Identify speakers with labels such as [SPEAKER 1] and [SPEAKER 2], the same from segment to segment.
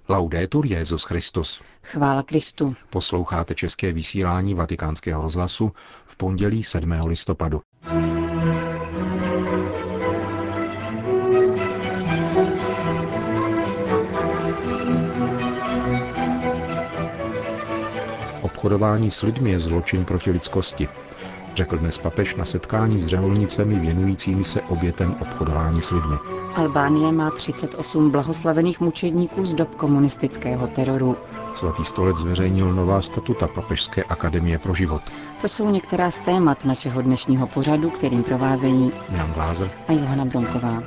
[SPEAKER 1] Laudetur Jesus Christus.
[SPEAKER 2] Chvála Kristu.
[SPEAKER 1] Posloucháte české vysílání Vatikánského rozhlasu v pondělí 7. listopadu. Obchodování s lidmi je zločin proti lidskosti, řekl dnes papež na setkání s řeholnicemi věnujícími se obětem obchodování s lidmi.
[SPEAKER 2] Albánie má 38 blahoslavených mučedníků z dob komunistického teroru.
[SPEAKER 1] Svatý stolec zveřejnil nová statuta Papežské akademie pro život.
[SPEAKER 2] To jsou některá z témat našeho dnešního pořadu, kterým provázejí
[SPEAKER 1] Jan Glázer
[SPEAKER 2] a Johana Bronková.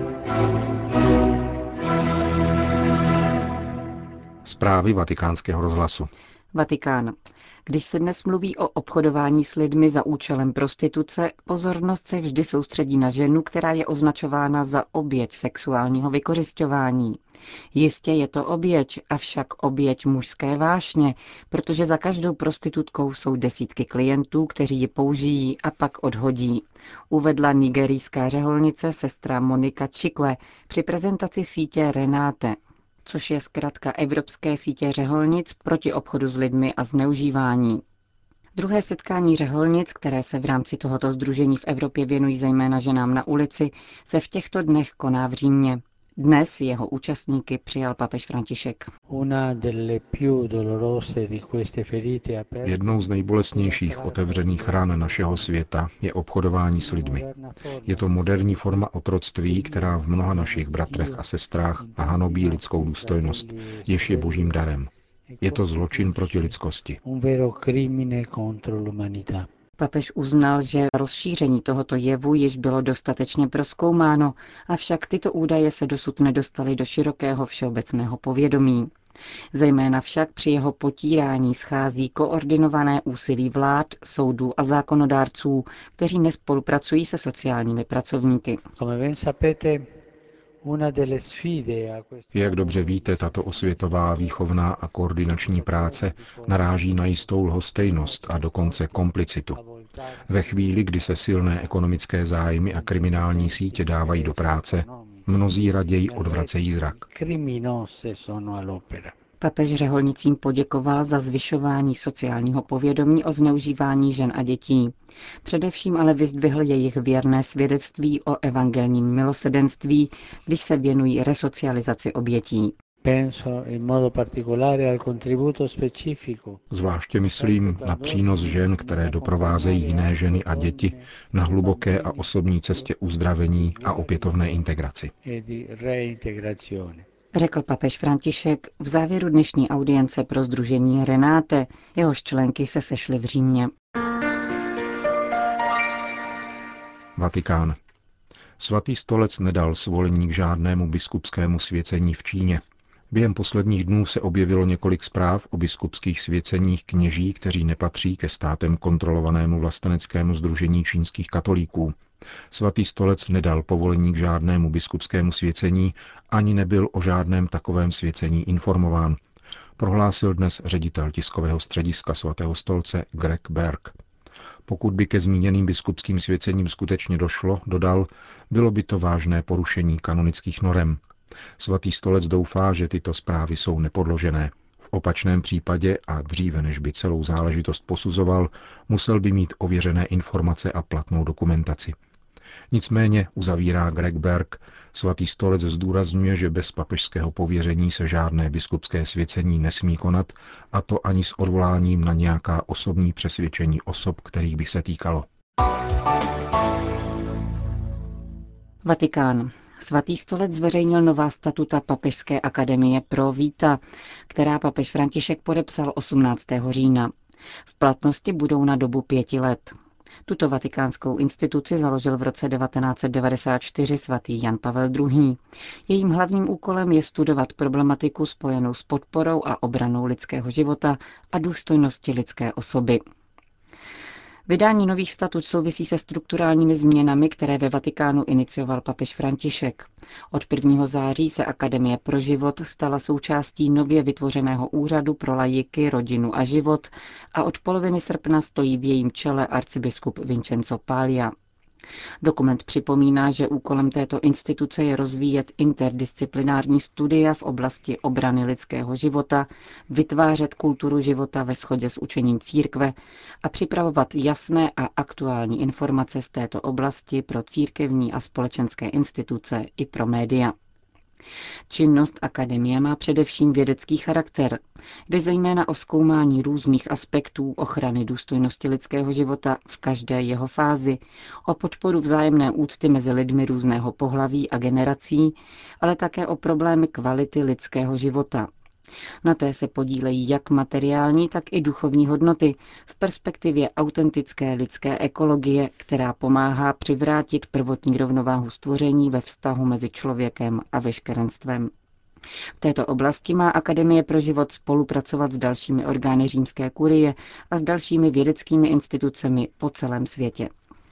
[SPEAKER 1] Zprávy Vatikánského rozhlasu.
[SPEAKER 2] Vatikán. Když se dnes mluví o obchodování s lidmi za účelem prostituce, pozornost se vždy soustředí na ženu, která je označována za oběť sexuálního vykořisťování. Jistě je to oběť, avšak oběť mužské vášně, protože za každou prostitutkou jsou desítky klientů, kteří ji použijí a pak odhodí, uvedla nigerijská řeholnice sestra Monika Chikwe při prezentaci sítě Renate, což je zkratka Evropské sítě řeholnic proti obchodu s lidmi a zneužívání. Druhé setkání řeholnic, které se v rámci tohoto sdružení v Evropě věnují zejména ženám na ulici, se v těchto dnech koná v Římě. Dnes jeho účastníky přijal papež František.
[SPEAKER 1] Jednou z nejbolestnějších otevřených ran našeho světa je obchodování s lidmi. Je to moderní forma otroctví, která v mnoha našich bratrech a sestrách hanobí lidskou důstojnost, jež je božím darem. Je to zločin proti lidskosti.
[SPEAKER 2] Papež uznal, že rozšíření tohoto jevu již bylo dostatečně prozkoumáno, avšak tyto údaje se dosud nedostaly do širokého všeobecného povědomí. Zejména však při jeho potírání schází koordinované úsilí vlád, soudů a zákonodárců, kteří nespolupracují se sociálními pracovníky.
[SPEAKER 1] Jak dobře víte, tato osvětová, výchovná a koordinační práce naráží na jistou lhostejnost a dokonce komplicitu. Ve chvíli, kdy se silné ekonomické zájmy a kriminální sítě dávají do práce, mnozí raději odvracejí zrak.
[SPEAKER 2] Papež řeholnicím poděkoval za zvyšování sociálního povědomí o zneužívání žen a dětí. Především ale vyzdvihl jejich věrné svědectví o evangelním milosedenství, když se věnují resocializaci obětí.
[SPEAKER 1] Zvláště myslím na přínos žen, které doprovázejí jiné ženy a děti na hluboké a osobní cestě uzdravení a opětovné integraci.
[SPEAKER 2] Řekl papež František v závěru dnešní audience pro sdružení Renate, jehož členky se sešly v Římě.
[SPEAKER 1] Vatikán. Svatý stolec nedal svolení k žádnému biskupskému svěcení v Číně. Během posledních dnů se objevilo několik zpráv o biskupských svěceních kněží, kteří nepatří ke státem kontrolovanému vlasteneckému sdružení čínských katolíků. Svatý stolec nedal povolení k žádnému biskupskému svěcení, ani nebyl o žádném takovém svěcení informován, prohlásil dnes ředitel tiskového střediska svatého stolce Greg Berg. Pokud by ke zmíněným biskupským svěcením skutečně došlo, dodal, bylo by to vážné porušení kanonických norem. Svatý stolec doufá, že tyto zprávy jsou nepodložené. V opačném případě a dříve než by celou záležitost posuzoval, musel by mít ověřené informace a platnou dokumentaci. Nicméně, uzavírá Greg Berg, svatý stolec zdůrazňuje, že bez papežského pověření se žádné biskupské svěcení nesmí konat, a to ani s odvoláním na nějaká osobní přesvědčení osob, kterých by se týkalo.
[SPEAKER 2] Vatikán. Svatý stolec zveřejnil nová statuta Papežské akademie pro Vita, která papež František podepsal 18. října. V platnosti budou na dobu 5 let. Tuto vatikánskou instituci založil v roce 1994 svatý Jan Pavel II. Jejím hlavním úkolem je studovat problematiku spojenou s podporou a obranou lidského života a důstojnosti lidské osoby. Vydání nových statut souvisí se strukturálními změnami, které ve Vatikánu inicioval papež František. Od 1. září se Akademie pro život stala součástí nově vytvořeného úřadu pro laiky, rodinu a život a od poloviny srpna stojí v jejím čele arcibiskup Vincenzo Paglia. Dokument připomíná, že úkolem této instituce je rozvíjet interdisciplinární studia v oblasti obrany lidského života, vytvářet kulturu života ve shodě s učením církve a připravovat jasné a aktuální informace z této oblasti pro církevní a společenské instituce i pro média. Činnost akademie má především vědecký charakter, jde zejména o zkoumání různých aspektů ochrany důstojnosti lidského života v každé jeho fázi, o podporu vzájemné úcty mezi lidmi různého pohlaví a generací, ale také o problémy kvality lidského života. Na té se podílejí jak materiální, tak i duchovní hodnoty v perspektivě autentické lidské ekologie, která pomáhá přivrátit prvotní rovnováhu stvoření ve vztahu mezi člověkem a veškerenstvem. V této oblasti má Akademie pro život spolupracovat s dalšími orgány římské kurie a s dalšími vědeckými institucemi po celém světě.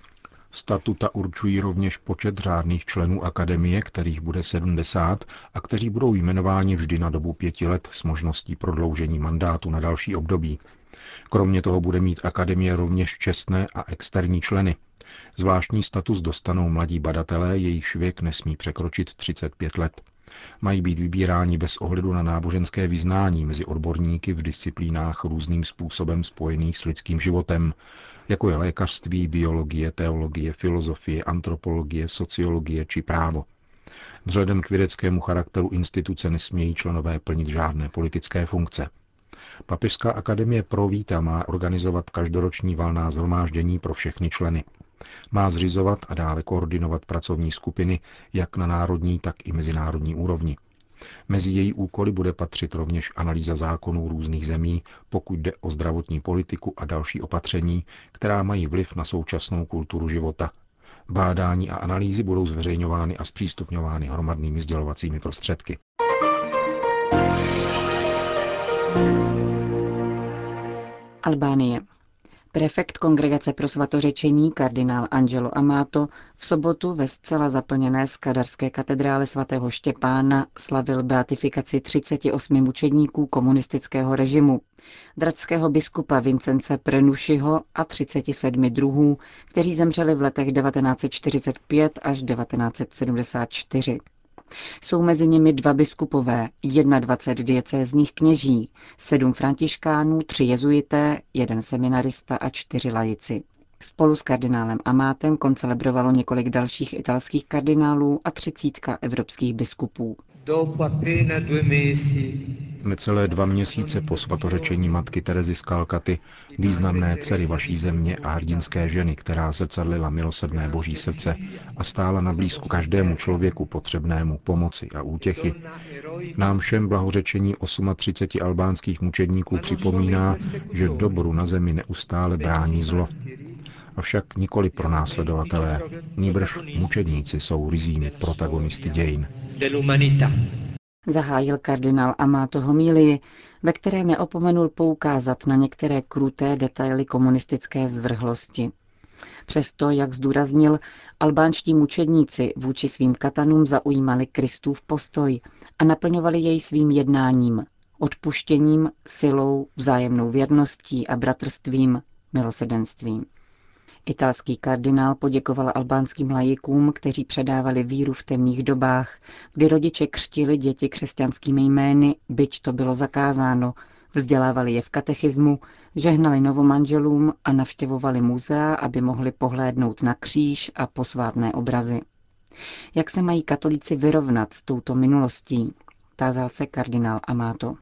[SPEAKER 1] Statuta určují rovněž počet řádných členů akademie, kterých bude 70 a kteří budou jmenováni vždy na dobu 5 let s možností prodloužení mandátu na další období. Kromě toho bude mít akademie rovněž čestné a externí členy. Zvláštní status dostanou mladí badatelé, jejichž věk nesmí překročit 35 let. Mají být vybíráni bez ohledu na náboženské vyznání mezi odborníky v disciplínách různým způsobem spojených s lidským životem, jako je lékařství, biologie, teologie, filozofie, antropologie, sociologie či právo. Vzhledem k vědeckému charakteru instituce nesmějí členové plnit žádné politické funkce. Papežská akademie pro víta má organizovat každoroční valná shromáždění pro všechny členy. Má zřizovat a dále koordinovat pracovní skupiny jak na národní, tak i mezinárodní úrovni. Mezi její úkoly bude patřit rovněž analýza zákonů různých zemí, pokud jde o zdravotní politiku a další opatření, která mají vliv na současnou kulturu života. Bádání a analýzy budou zveřejňovány a zpřístupňovány hromadnými sdělovacími prostředky.
[SPEAKER 2] Albánie. Prefekt Kongregace pro svatořečení kardinál Angelo Amato v sobotu ve zcela zaplněné skadarské katedrále svatého Štěpána slavil beatifikaci 38 mučedníků komunistického režimu, dratského biskupa Vincence Prenušiho a 37 druhů, kteří zemřeli v letech 1945 až 1974. Jsou mezi nimi 2 biskupové, 21 diecézních kněží, 7 františkánů, 3 jezuité, 1 seminarista a 4 laici. Spolu s kardinálem Amátem koncelebrovalo několik dalších italských kardinálů a 30 evropských biskupů.
[SPEAKER 1] Necelé 2 měsíce po svatořečení matky Terezy z Kalkaty, významné dcery vaší země a hrdinské ženy, která zrcadlila milosrdné boží srdce a stála na blízku každému člověku potřebnému pomoci a útěchy, nám všem blahořečení 38 albánských mučedníků připomíná, že dobru na zemi neustále brání zlo. Avšak nikoli pronásledovatelé, nýbrž mučedníci jsou ryzími protagonisty dějin.
[SPEAKER 2] Zahájil kardinál Amato homílii, ve které neopomenul poukázat na některé kruté detaily komunistické zvrhlosti. Přesto, jak zdůraznil, albánští mučedníci vůči svým katanům zaujímali Kristův postoj a naplňovali jej svým jednáním, odpuštěním, silou, vzájemnou věrností a bratrstvím, milosrdenstvím. Italský kardinál poděkoval albánským laikům, kteří předávali víru v temných dobách, kdy rodiče křtili děti křesťanskými jmény, byť to bylo zakázáno, vzdělávali je v katechismu, žehnali novomanželům a navštěvovali muzea, aby mohli pohlédnout na kříž a posvátné obrazy. Jak se mají katolíci vyrovnat s touto minulostí? Tázal se kardinál Amato.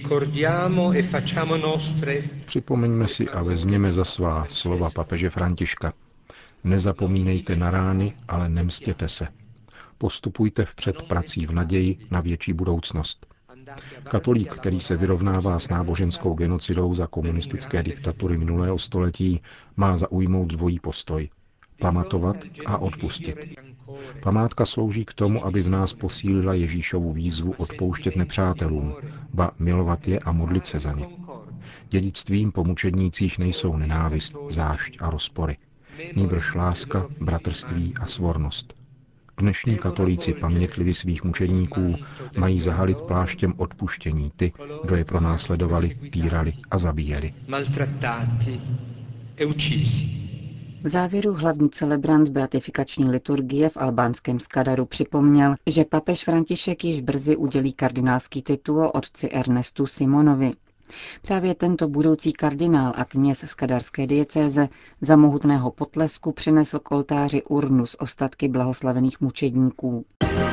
[SPEAKER 1] Připomeňme si a vezměme za svá slova papeže Františka. Nezapomínejte na rány, ale nemstěte se. Postupujte vpřed prací v naději na větší budoucnost. Katolík, který se vyrovnává s náboženskou genocidou za komunistické diktatury minulého století, má zaujmout dvojí postoj. Pamatovat a odpustit. Památka slouží k tomu, aby v nás posílila Ježíšovu výzvu odpouštět nepřátelům, ba milovat je a modlit se za ně. Dědictvím po mučednících nejsou nenávist, zášť a rozpory. Nýbrž láska, bratrství a svornost. Dnešní katolíci pamětliví svých mučedníků mají zahalit pláštěm odpuštění ty, kdo je pronásledovali, týrali a zabíjeli.
[SPEAKER 2] V závěru hlavní celebrant beatifikační liturgie v albánském Skadaru připomněl, že papež František již brzy udělí kardinálský titul otci Ernestu Simonovi. Právě tento budoucí kardinál a kněz skadarské diecéze za mohutného potlesku přinesl k oltáři urnu s ostatky blahoslavených mučedníků.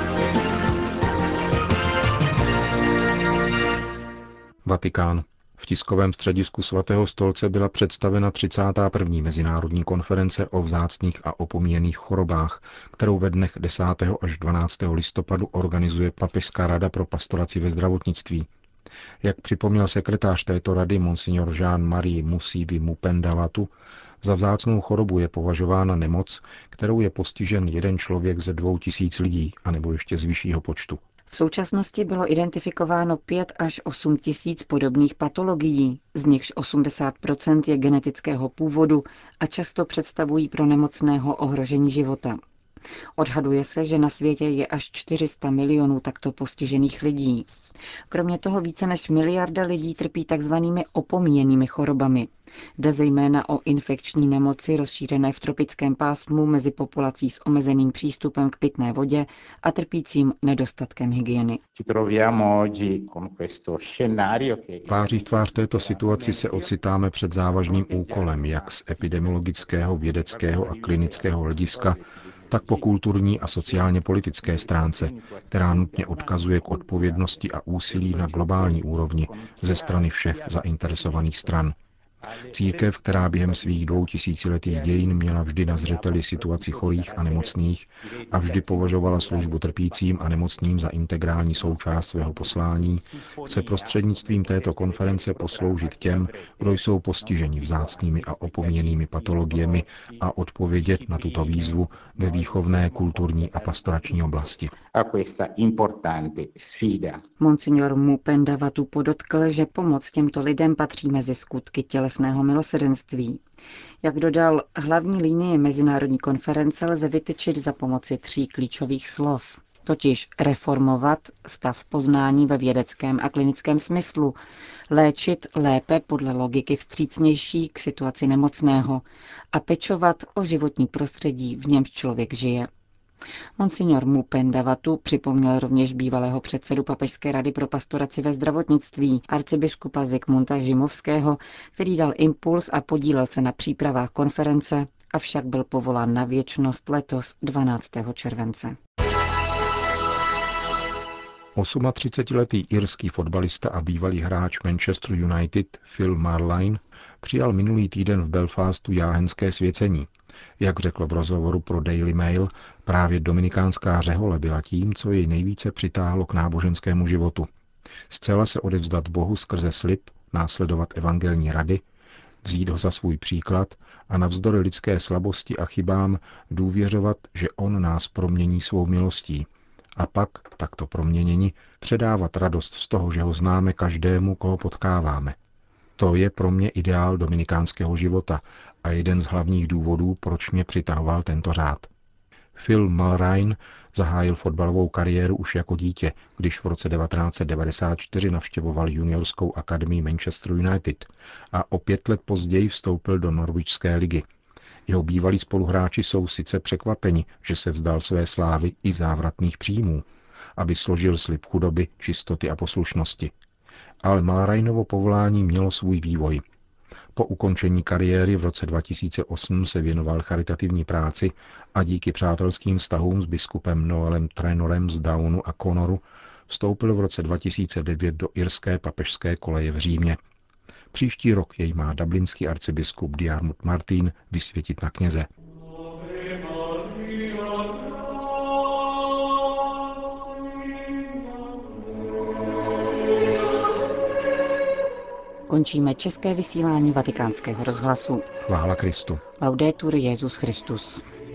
[SPEAKER 1] Vatikán. V tiskovém středisku svatého stolce byla představena 31. mezinárodní konference o vzácných a opomíjených chorobách, kterou ve dnech 10. až 12. listopadu organizuje Papežská rada pro pastoraci ve zdravotnictví. Jak připomněl sekretář této rady monsignor Jean-Marie Musivi Mupendavatu, za vzácnou chorobu je považována nemoc, kterou je postižen jeden člověk ze 2000 lidí, anebo ještě z vyššího počtu.
[SPEAKER 2] V současnosti bylo identifikováno 5 až 8 tisíc podobných patologií, z nichž 80% je genetického původu a často představují pro nemocného ohrožení života. Odhaduje se, že na světě je až 400 milionů takto postižených lidí. Kromě toho více než miliarda lidí trpí takzvanými opomíjenými chorobami. Jde zejména o infekční nemoci rozšířené v tropickém pásmu mezi populací s omezeným přístupem k pitné vodě a trpícím nedostatkem hygieny.
[SPEAKER 1] Tváří v tvář této situaci se ocitáme před závažným úkolem, jak z epidemiologického, vědeckého a klinického hlediska, tak po kulturní a sociálně politické stránce, která nutně odkazuje k odpovědnosti a úsilí na globální úrovni ze strany všech zainteresovaných stran. Církev, která během svých 2000letých dějin měla vždy na zřeteli situaci chorých a nemocných a vždy považovala službu trpícím a nemocným za integrální součást svého poslání, chce prostřednictvím této konference posloužit těm, kdo jsou postiženi vzácnými a opomíjenými patologiemi a odpovědět na tuto výzvu ve výchovné, kulturní a pastorační oblasti.
[SPEAKER 2] Monsignor Mupendavatu podotkl, že pomoc těmto lidem patří mezi skutky tělesného milosrdenství. Jak dodal, hlavní linii mezinárodní konference lze vytyčit za pomoci 3 klíčových slov, totiž reformovat stav poznání ve vědeckém a klinickém smyslu, léčit lépe podle logiky vstřícnější k situaci nemocného a pečovat o životní prostředí, v němž člověk žije. Monsignor Mupendavatu připomněl rovněž bývalého předsedu Papežské rady pro pastoraci ve zdravotnictví, arcibiskupa Zikmunda Žimovského, který dal impuls a podílel se na přípravách konference, avšak byl povolán na věčnost letos 12. července.
[SPEAKER 1] 38letý irský fotbalista a bývalý hráč Manchester United Phil Marline přijal minulý týden v Belfastu jáhenské svěcení. Jak řekl v rozhovoru pro Daily Mail, právě dominikánská řehole byla tím, co jej nejvíce přitáhlo k náboženskému životu. Zcela se odevzdat Bohu skrze slib, následovat evangelní rady, vzít ho za svůj příklad a navzdory lidské slabosti a chybám důvěřovat, že on nás promění svou milostí. A pak, takto proměněni, předávat radost z toho, že ho známe každému, koho potkáváme. To je pro mě ideál dominikánského života a jeden z hlavních důvodů, proč mě přitahoval tento řád. Phil Mulryne zahájil fotbalovou kariéru už jako dítě, když v roce 1994 navštěvoval juniorskou akademii Manchester United a o 5 let později vstoupil do norwichské ligy. Jeho bývalí spoluhráči jsou sice překvapeni, že se vzdal své slávy i závratných příjmů, aby složil slib chudoby, čistoty a poslušnosti. Ale Mulrynovo povolání mělo svůj vývoj. Po ukončení kariéry v roce 2008 se věnoval charitativní práci a díky přátelským vztahům s biskupem Noelem Trenorem z Downu a Connoru vstoupil v roce 2009 do irské papežské koleje v Římě. Příští rok jej má dublinský arcibiskup Diarmuid Martin vysvětit na kněze.
[SPEAKER 2] Končíme české vysílání Vatikánského rozhlasu.
[SPEAKER 1] Chvála Kristu.
[SPEAKER 2] Laudetur Jesus Christus.